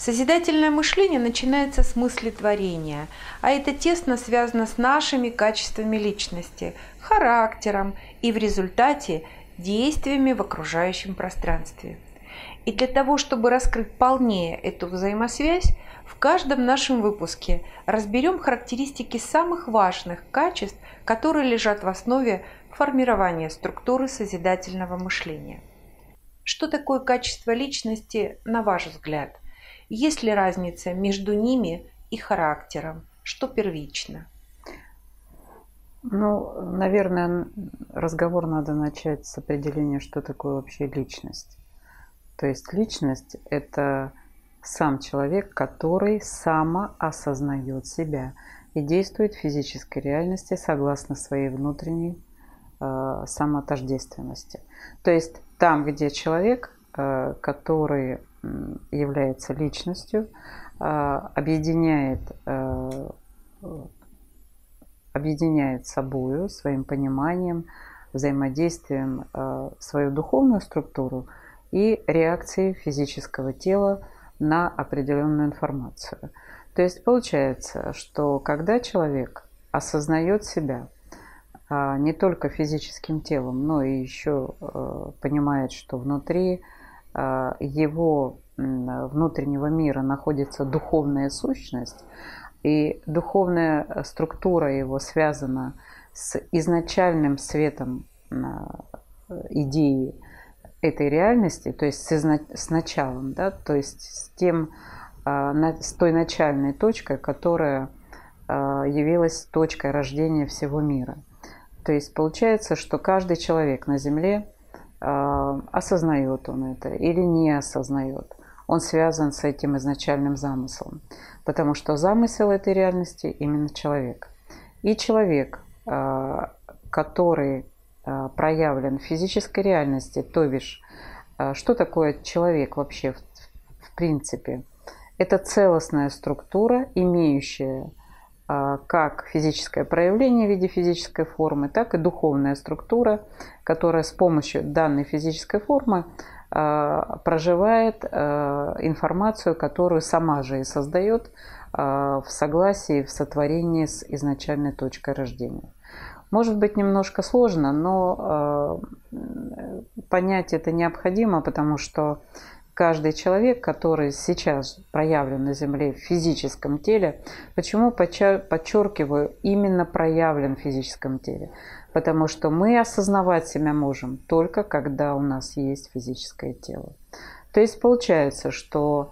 Созидательное мышление начинается с мысли творения, а это тесно связано с нашими качествами личности, характером и в результате действиями в окружающем пространстве. И для того, чтобы раскрыть полнее эту взаимосвязь, в каждом нашем выпуске разберем характеристики самых важных качеств, которые лежат в основе формирования структуры созидательного мышления. Что такое качество личности, на ваш взгляд? Есть ли разница между ними и характером? Что первично? Наверное, разговор надо начать с определения, что такое вообще личность. То есть личность – это сам человек, который самоосознает себя и действует в физической реальности согласно своей внутренней самоотождественности. То есть там, где человек, который является личностью, объединяет собою, своим пониманием, взаимодействием свою духовную структуру и реакции физического тела на определенную информацию. То есть получается, что когда человек осознает себя не только физическим телом, но и еще понимает, что внутри его внутреннего мира находится духовная сущность, и духовная структура его связана с изначальным светом идеи этой реальности, то есть с началом, да, то есть с той начальной точкой, которая явилась точкой рождения всего мира. То есть получается, что каждый человек на Земле, осознает он это или не осознает, он связан с этим изначальным замыслом, потому что замысел этой реальности именно человек. И человек, который проявлен в физической реальности, то бишь, что такое человек вообще в принципе? Это целостная структура, имеющая как физическое проявление в виде физической формы, так и духовная структура, которая с помощью данной физической формы проживает информацию, которую сама же и создает в согласии, в сотворении с изначальной точкой рождения. Может быть немножко сложно, но понять это необходимо, потому что каждый человек, который сейчас проявлен на Земле в физическом теле, почему подчеркиваю, именно проявлен в физическом теле? Потому что мы осознавать себя можем только когда у нас есть физическое тело. То есть получается, что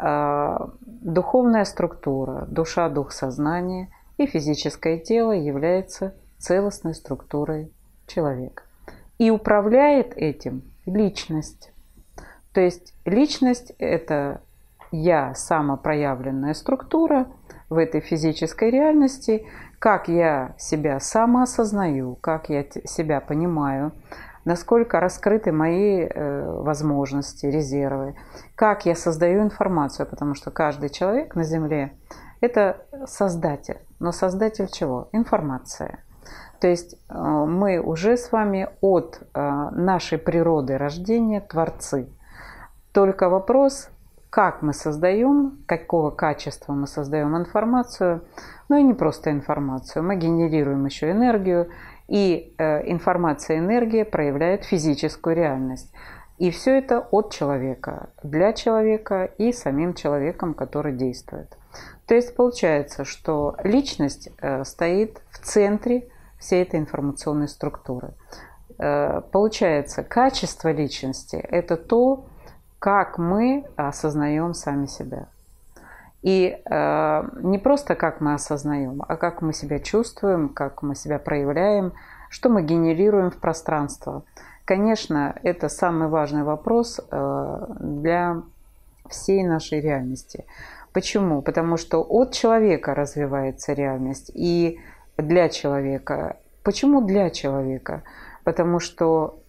духовная структура, душа, дух, сознание и физическое тело является целостной структурой человека. И управляет этим личность. То есть личность – это я, самопроявленная структура в этой физической реальности, как я себя самоосознаю, как я себя понимаю, насколько раскрыты мои возможности, резервы, как я создаю информацию, потому что каждый человек на Земле – это создатель. Но создатель чего? Информация. То есть мы уже с вами от нашей природы рождения творцы. Только вопрос, как мы создаем, какого качества мы создаем информацию, но и не просто информацию. Мы генерируем еще энергию, и информация и энергия проявляют физическую реальность. И все это от человека, для человека и самим человеком, который действует. То есть получается, что личность стоит в центре всей этой информационной структуры. Получается, качество личности – это то, как мы осознаем сами себя. И не просто как мы осознаем, а как мы себя чувствуем, как мы себя проявляем, что мы генерируем в пространство. Конечно, это самый важный вопрос для всей нашей реальности. Почему? Потому что от человека развивается реальность и для человека. Почему для человека? Потому что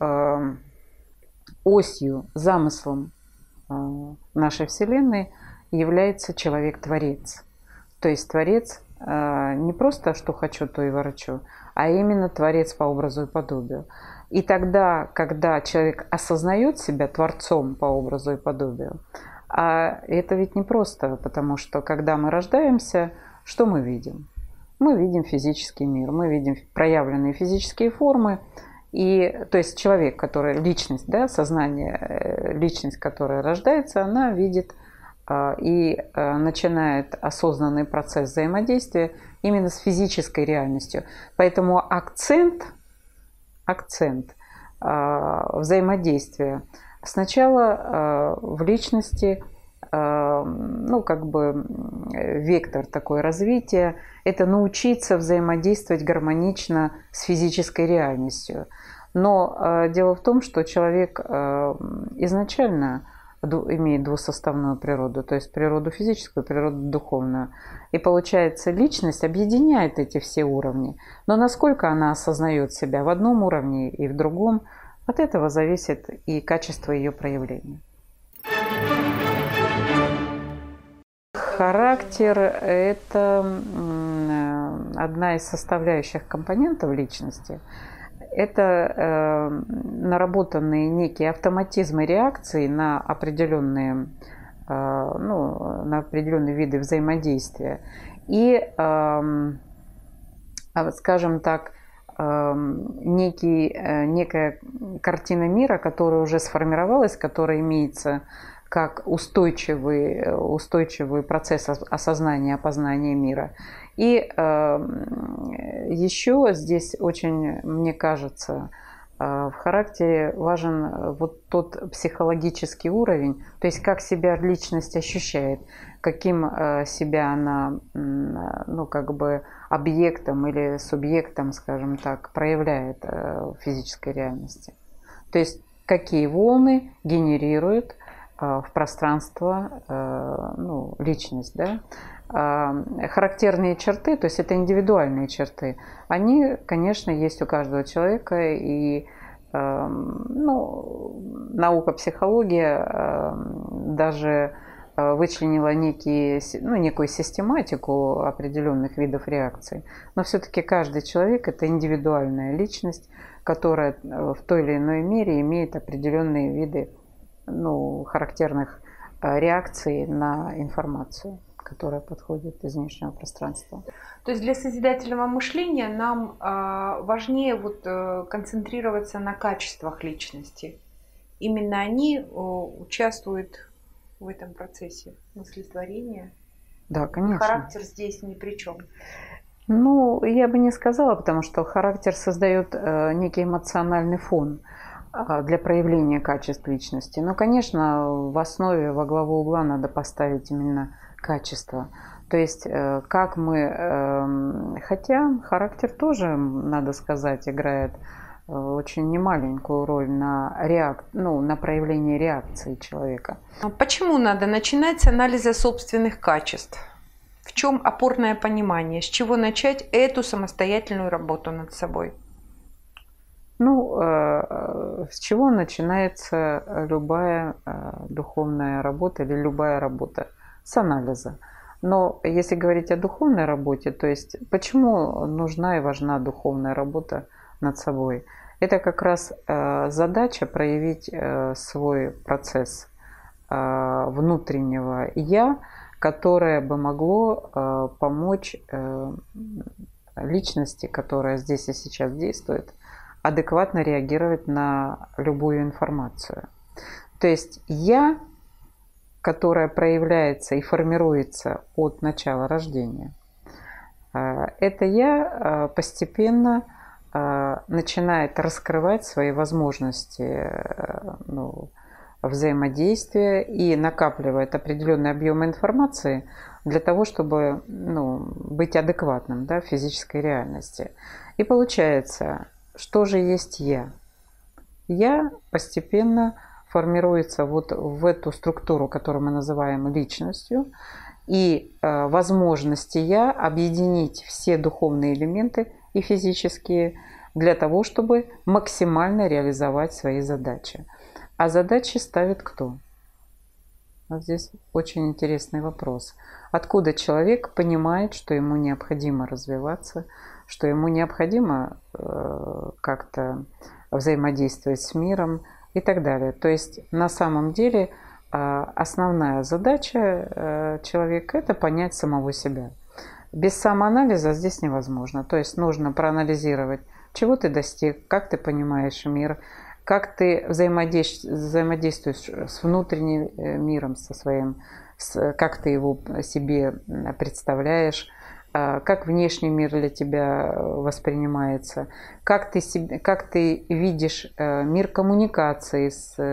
осью, замыслом нашей Вселенной является человек-творец. То есть творец не просто «что хочу, то и ворочу», а именно творец по образу и подобию. И тогда, когда человек осознает себя творцом по образу и подобию, А это ведь не просто, потому что когда мы рождаемся, что мы видим? Мы видим физический мир, мы видим проявленные физические формы. И, то есть человек, который личность, да, сознание, личность, которая рождается, она видит и начинает осознанный процесс взаимодействия именно с физической реальностью. Поэтому акцент взаимодействия сначала в личности, ну, как бы вектор такой развития, это научиться взаимодействовать гармонично с физической реальностью. Но дело в том, что человек изначально имеет двусоставную природу, то есть природу физическую, природу духовную. И получается, личность объединяет эти все уровни. Но насколько она осознает себя в одном уровне и в другом, от этого зависит и качество ее проявления. Характер – это одна из составляющих компонентов личности. Это наработанные некие автоматизмы реакции на определенные, на определенные виды взаимодействия. И, скажем так, некая картина мира, которая уже сформировалась, которая имеется как устойчивый процесс осознания, опознания мира. И еще здесь очень, мне кажется, в характере важен вот тот психологический уровень, то есть как себя личность ощущает, каким себя она, ну, как бы объектом или субъектом, скажем так, проявляет в физической реальности. То есть какие волны генерирует в пространство, ну, личность, да? Характерные черты, то есть это индивидуальные черты, они, конечно, есть у каждого человека, и ну, наука психология даже вычленила некую систематику определенных видов реакций, но все-таки каждый человек – это индивидуальная личность, которая в той или иной мере имеет определенные виды, ну, характерных реакций на информацию, которая подходит из внешнего пространства. То есть для созидательного мышления нам важнее вот концентрироваться на качествах личности. Именно они участвуют в этом процессе мыслетворения. Да, конечно. И характер здесь ни при чем. Ну, я бы не сказала, потому что характер создает некий эмоциональный фон для проявления качеств личности. Но, конечно, в основе, во главу угла надо поставить именно качество. То есть, как мы... Хотя характер тоже, надо сказать, играет очень немаленькую роль на проявление реакции человека. Почему надо начинать с анализа собственных качеств? В чем опорное понимание? С чего начать эту самостоятельную работу над собой? Ну, с чего начинается любая духовная работа или любая работа? С анализа. Но если говорить о духовной работе, то есть почему нужна и важна духовная работа над собой? Это как раз задача проявить свой процесс внутреннего «я», которое бы могло помочь личности, которая здесь и сейчас действует, адекватно реагировать на любую информацию. То есть «я», которая проявляется и формируется от начала рождения, это «я» постепенно начинает раскрывать свои возможности взаимодействия и накапливает определенный объем информации для того, чтобы быть адекватным, да, в физической реальности. И получается, что же есть «я»? «Я» постепенно формируется вот в эту структуру, которую мы называем личностью, и возможности «я» объединить все духовные элементы и физические для того, чтобы максимально реализовать свои задачи. А задачи ставит кто? Вот здесь очень интересный вопрос. Откуда человек понимает, что ему необходимо развиваться, что ему необходимо как-то взаимодействовать с миром и так далее. То есть на самом деле основная задача человека – это понять самого себя. Без самоанализа здесь невозможно. То есть нужно проанализировать, чего ты достиг, как ты понимаешь мир, как ты взаимодействуешь с внутренним миром, со своим, как ты его себе представляешь, как внешний мир для тебя воспринимается, как ты видишь мир коммуникации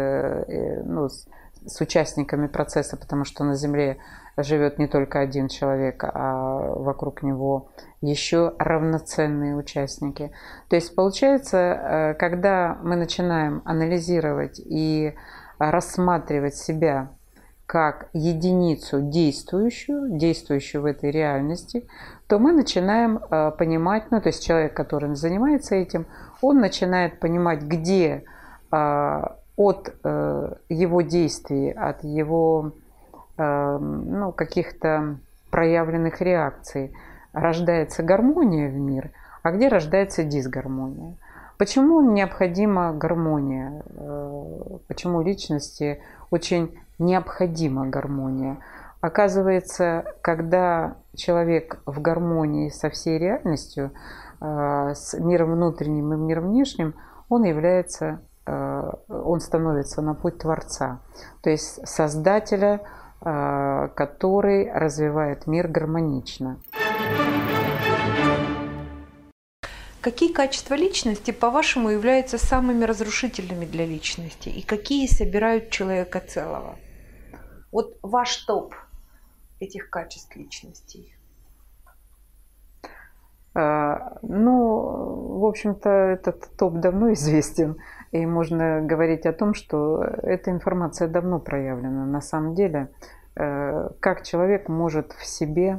с участниками процесса, потому что на Земле живет не только один человек, а вокруг него еще равноценные участники. То есть получается, когда мы начинаем анализировать и рассматривать себя как единицу действующую в этой реальности, то мы начинаем понимать, то есть человек, который занимается этим, он начинает понимать, где от его действий, от его каких-то проявленных реакций рождается гармония в мир, а где рождается дисгармония. Почему необходима гармония? Почему личности очень необходима гармония? Оказывается, когда человек в гармонии со всей реальностью, с миром внутренним и миром внешним, он становится на путь Творца, то есть Создателя, который развивает мир гармонично. Какие качества личности, по-вашему, являются самыми разрушительными для личности и какие собирают человека целого? Вот ваш топ этих качеств личностей. В общем-то, этот топ давно известен, и можно говорить о том, что эта информация давно проявлена. На самом деле, как человек может в себе,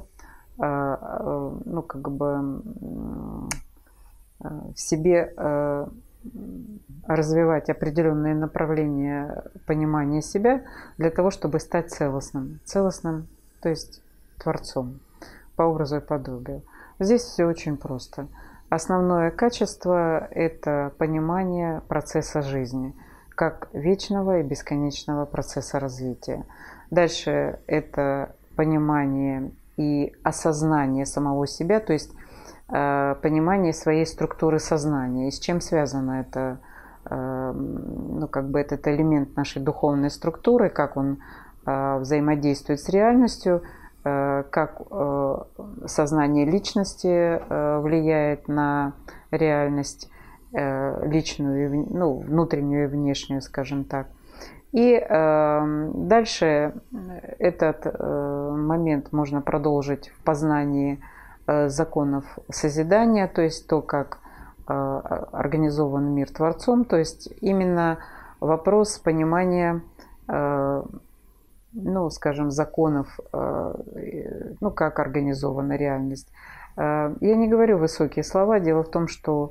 развивать определенные направления понимания себя для того, чтобы стать целостным, то есть Творцом, по образу и подобию. Здесь все очень просто. Основное качество – это понимание процесса жизни, как вечного и бесконечного процесса развития. Дальше это понимание и осознание самого себя, то есть понимание своей структуры сознания. И с чем связано это, этот элемент нашей духовной структуры, как он взаимодействует с реальностью, как сознание личности влияет на реальность личную, внутреннюю и внешнюю, скажем так. И дальше этот момент можно продолжить в познании законов созидания, то есть то, как организован мир Творцом, то есть именно вопрос понимания законов, как организована реальность. Я не говорю высокие слова. Дело в том, что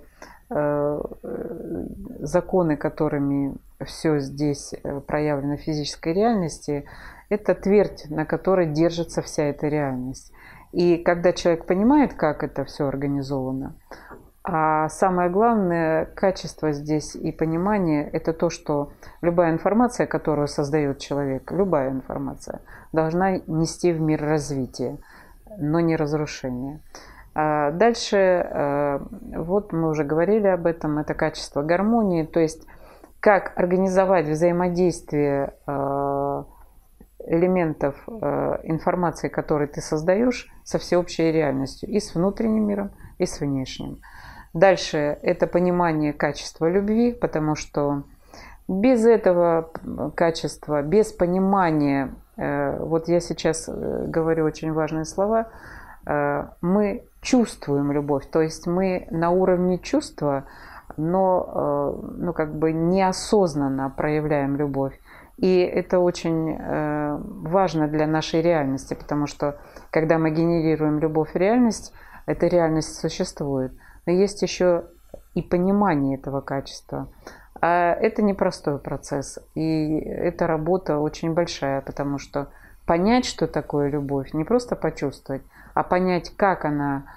законы, которыми все здесь проявлено в физической реальности, это твердь, на которой держится вся эта реальность. И когда человек понимает, как это все организовано, а самое главное качество здесь и понимание – это то, что любая информация, которую создает человек, любая информация, должна нести в мир развитие, но не разрушение. Дальше, вот мы уже говорили об этом, это качество гармонии, то есть как организовать взаимодействие элементов информации, которые ты создаешь, со всеобщей реальностью, и с внутренним миром, и с внешним. Дальше это понимание качества любви, потому что без этого качества, без понимания, вот я сейчас говорю очень важные слова, мы чувствуем любовь, то есть мы на уровне чувства, но неосознанно проявляем любовь. И это очень важно для нашей реальности, потому что когда мы генерируем любовь в реальность, эта реальность существует. Но есть еще и понимание этого качества. А это непростой процесс. И эта работа очень большая, потому что понять, что такое любовь, не просто почувствовать, а понять, как она,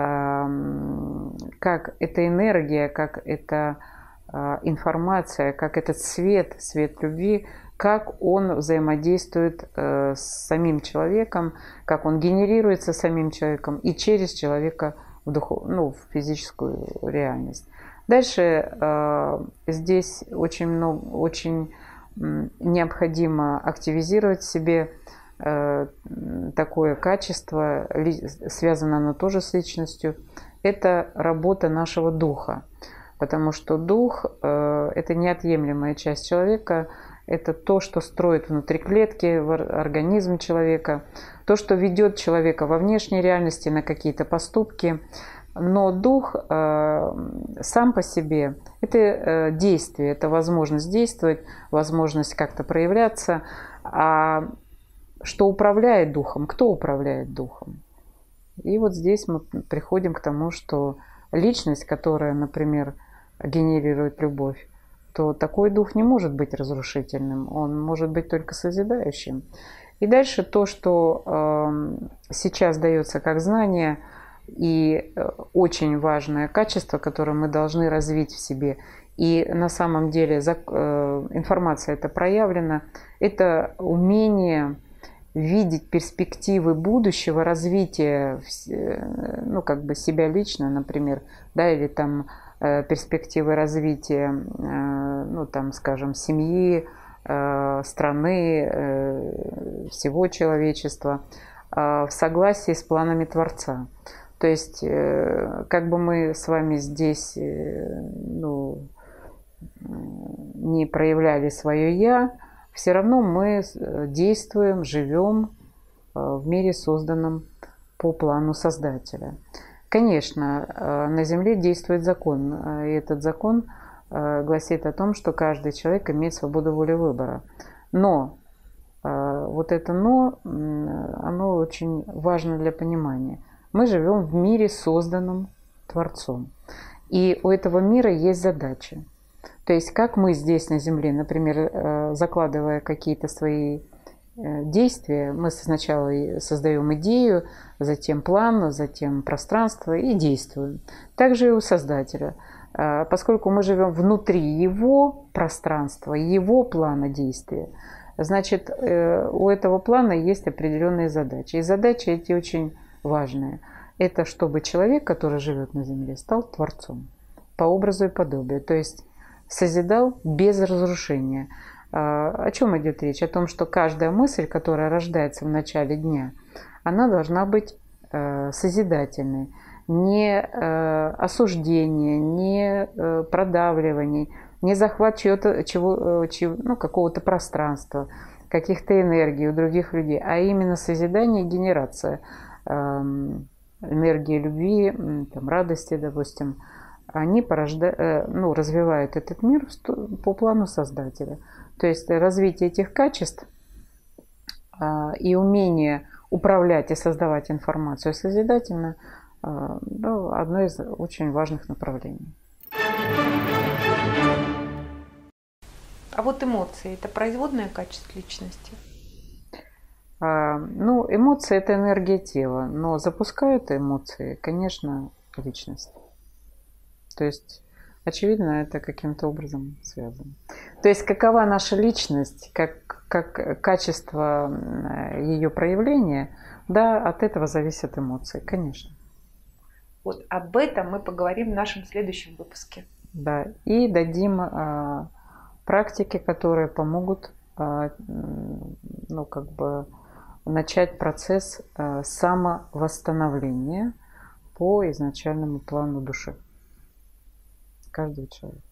как эта энергия, как эта информация, как этот свет любви как он взаимодействует с самим человеком, как он генерируется самим человеком и через человека в физическую реальность. Дальше здесь очень необходимо активизировать в себе такое качество, связано оно тоже с личностью, это работа нашего духа. Потому что дух – это неотъемлемая часть человека, это то, что строит внутри клетки, организм человека, то, что ведет человека во внешней реальности на какие-то поступки. Но дух сам по себе – это действие, это возможность действовать, возможность как-то проявляться. А что управляет духом? Кто управляет духом? И вот здесь мы приходим к тому, что личность, которая, например, генерирует любовь, то такой дух не может быть разрушительным, он может быть только созидающим. И дальше то, что сейчас дается как знание, и очень важное качество, которое мы должны развить в себе. И на самом деле информация это проявлена, это умение видеть перспективы будущего развития, себя лично, например, да, или там перспективы развития, скажем, семьи, страны, всего человечества в согласии с планами Творца. То есть, как бы мы с вами здесь не проявляли свое «я», все равно мы действуем, живем в мире, созданном по плану Создателя. Конечно, на Земле действует закон, и этот закон гласит о том, что каждый человек имеет свободу воли выбора. Но вот это «но», оно очень важно для понимания. Мы живем в мире, созданном Творцом. И у этого мира есть задачи. То есть, как мы здесь на Земле, например, закладывая какие-то свои действия, мы сначала создаем идею, затем план, затем пространство и действуем. Также и у Создателя. Поскольку мы живем внутри его пространства, его плана действия, значит, у этого плана есть определенные задачи. И задачи эти очень важные. Это чтобы человек, который живет на Земле, стал Творцом по образу и подобию. То есть созидал без разрушения. О чем идет речь? О том, что каждая мысль, которая рождается в начале дня, она должна быть созидательной. Не осуждение, не продавливание, не захват какого-то пространства, каких-то энергий у других людей, а именно созидание и генерация энергии любви, радости, допустим. Они развивают этот мир по плану Создателя. То есть развитие этих качеств и умение управлять и создавать информацию созидательно одно из очень важных направлений. А вот эмоции – это производное качество личности? Эмоции – это энергия тела, но запускают эмоции, конечно, личность. То есть, очевидно, это каким-то образом связано. То есть, какова наша личность, как качество ее проявления, да, от этого зависят эмоции, конечно. Вот об этом мы поговорим в нашем следующем выпуске. Да, и дадим практики, которые помогут начать процесс самовосстановления по изначальному плану души каждого человека.